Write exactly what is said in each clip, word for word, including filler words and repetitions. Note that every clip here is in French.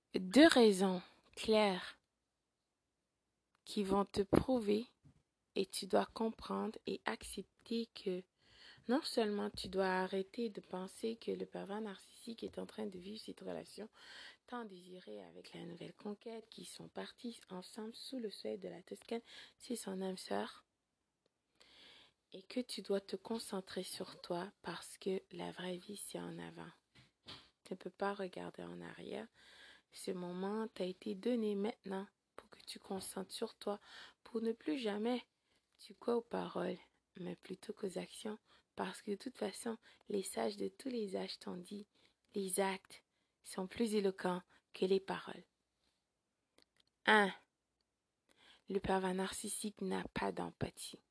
deux raisons claires qui vont te prouver et tu dois comprendre et accepter que non seulement tu dois arrêter de penser que le pervers narcissique est en train de vivre cette relation tant désirée avec la nouvelle conquête, qui sont partis ensemble sous le soleil de la Toscane, c'est son âme sœur, et que tu dois te concentrer sur toi parce que la vraie vie c'est en avant. Tu ne peux pas regarder en arrière. Ce moment t'a été donné maintenant pour que tu concentres sur toi, pour ne plus jamais tu crois aux paroles, mais plutôt qu'aux actions, parce que de toute façon, les sages de tous les âges t'ont dit, les actes sont plus éloquents que les paroles. un. Le pervers narcissique n'a pas d'empathie.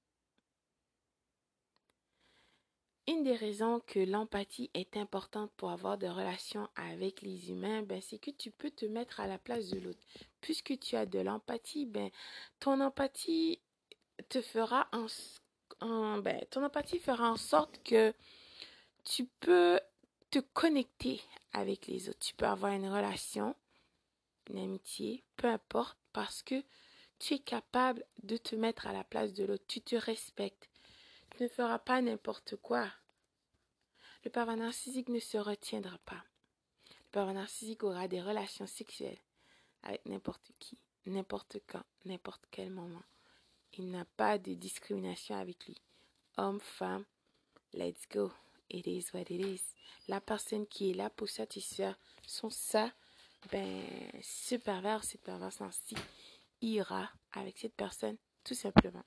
Une des raisons que l'empathie est importante pour avoir des relations avec les humains, ben, c'est que tu peux te mettre à la place de l'autre. Puisque tu as de l'empathie, ben, ton empathie te fera en, en ben, ton empathie fera en sorte que tu peux te connecter avec les autres. Tu peux avoir une relation, une amitié, peu importe, parce que tu es capable de te mettre à la place de l'autre. Tu te respectes. Tu ne feras pas n'importe quoi. Le pervers narcissique ne se retiendra pas. Le pervers narcissique aura des relations sexuelles avec n'importe qui, n'importe quand, n'importe quel moment. Il n'a pas de discrimination avec lui. Homme, femme, let's go. It is what it is. La personne qui est là pour satisfaire son ça, ben, ce pervers, cette perverse narcissique ira avec cette personne, tout simplement.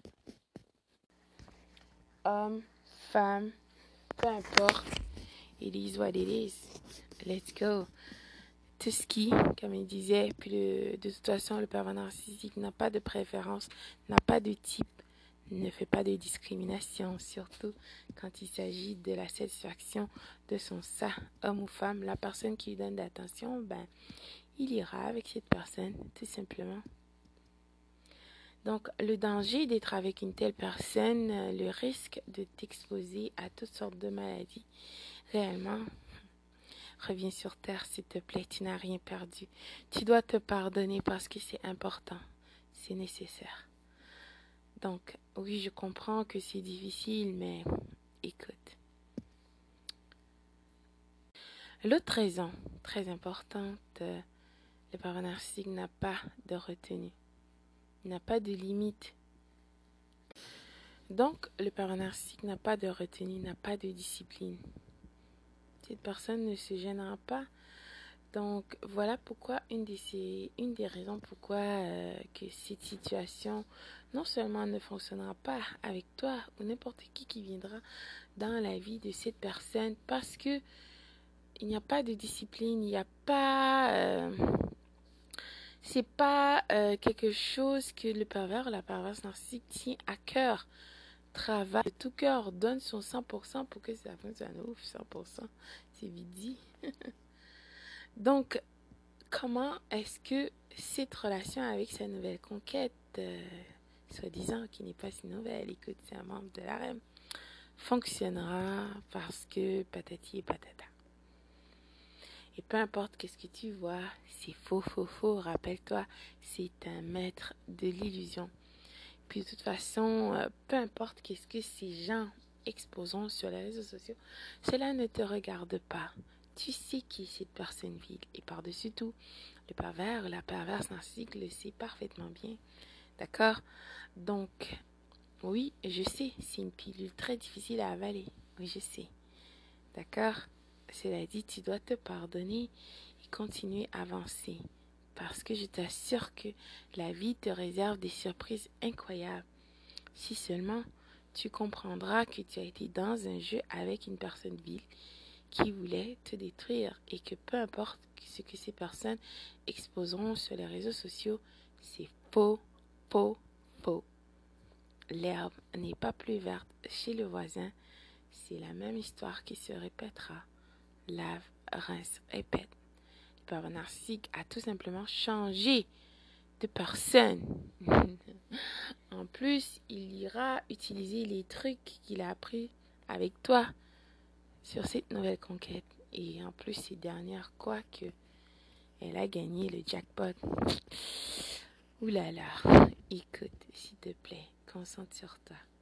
Homme, femme, peu importe. It is what it is. Let's go. Tout ce qui, comme il disait, puis le, de toute façon, le pervers narcissique n'a pas de préférence, n'a pas de type, ne fait pas de discrimination, surtout quand il s'agit de la satisfaction de son ça, homme ou femme. La personne qui lui donne de l'attention, ben, il ira avec cette personne, tout simplement. Donc, le danger d'être avec une telle personne, le risque de t'exposer à toutes sortes de maladies, réellement, reviens sur terre, s'il te plaît, tu n'as rien perdu. Tu dois te pardonner parce que c'est important, c'est nécessaire. Donc, oui, je comprends que c'est difficile, mais écoute. L'autre raison, très importante, le pervers narcissique n'a pas de retenue, n'a pas de limite. Donc, le pervers narcissique n'a pas de retenue, n'a pas de discipline. Cette personne ne se gênera pas. Donc, voilà pourquoi, une, de ces, une des raisons pourquoi euh, que cette situation non seulement ne fonctionnera pas avec toi ou n'importe qui qui viendra dans la vie de cette personne, parce que il n'y a pas de discipline, il n'y a pas... Euh, c'est pas euh, quelque chose que le pervers ou la perverse narcissique tient à cœur. Travaille de tout cœur, donne son cent pour cent pour que ça fonctionne. Ouf, cent pour cent, c'est vite dit. Donc, comment est-ce que cette relation avec sa nouvelle conquête, euh, soi-disant qui n'est pas si nouvelle, écoute, c'est un membre de l'harem, fonctionnera parce que patati et patata. Et peu importe qu'est-ce que tu vois, c'est faux, faux, faux. Rappelle-toi, c'est un maître de l'illusion. Puis de toute façon, euh, peu importe qu'est-ce que ces gens exposent sur les réseaux sociaux, cela ne te regarde pas. Tu sais qui est cette personne vile. Et par-dessus tout, le pervers, la perverse narcissique le sait parfaitement bien. D'accord? Donc, oui, je sais, c'est une pilule très difficile à avaler. Oui, je sais. D'accord? Cela dit, tu dois te pardonner et continuer à avancer. Parce que je t'assure que la vie te réserve des surprises incroyables. Si seulement tu comprendras que tu as été dans un jeu avec une personne vile qui voulait te détruire et que peu importe ce que ces personnes exposeront sur les réseaux sociaux, c'est faux, faux, faux. L'herbe n'est pas plus verte chez le voisin, c'est la même histoire qui se répétera. Lave, rince, répète. Le pervers narcissique a tout simplement changé de personne. En plus, il ira utiliser les trucs qu'il a appris avec toi sur cette nouvelle conquête. Et en plus, ces dernières, quoique, Elle a gagné le jackpot. Ouh là là. Écoute, s'il te plaît, concentre sur toi.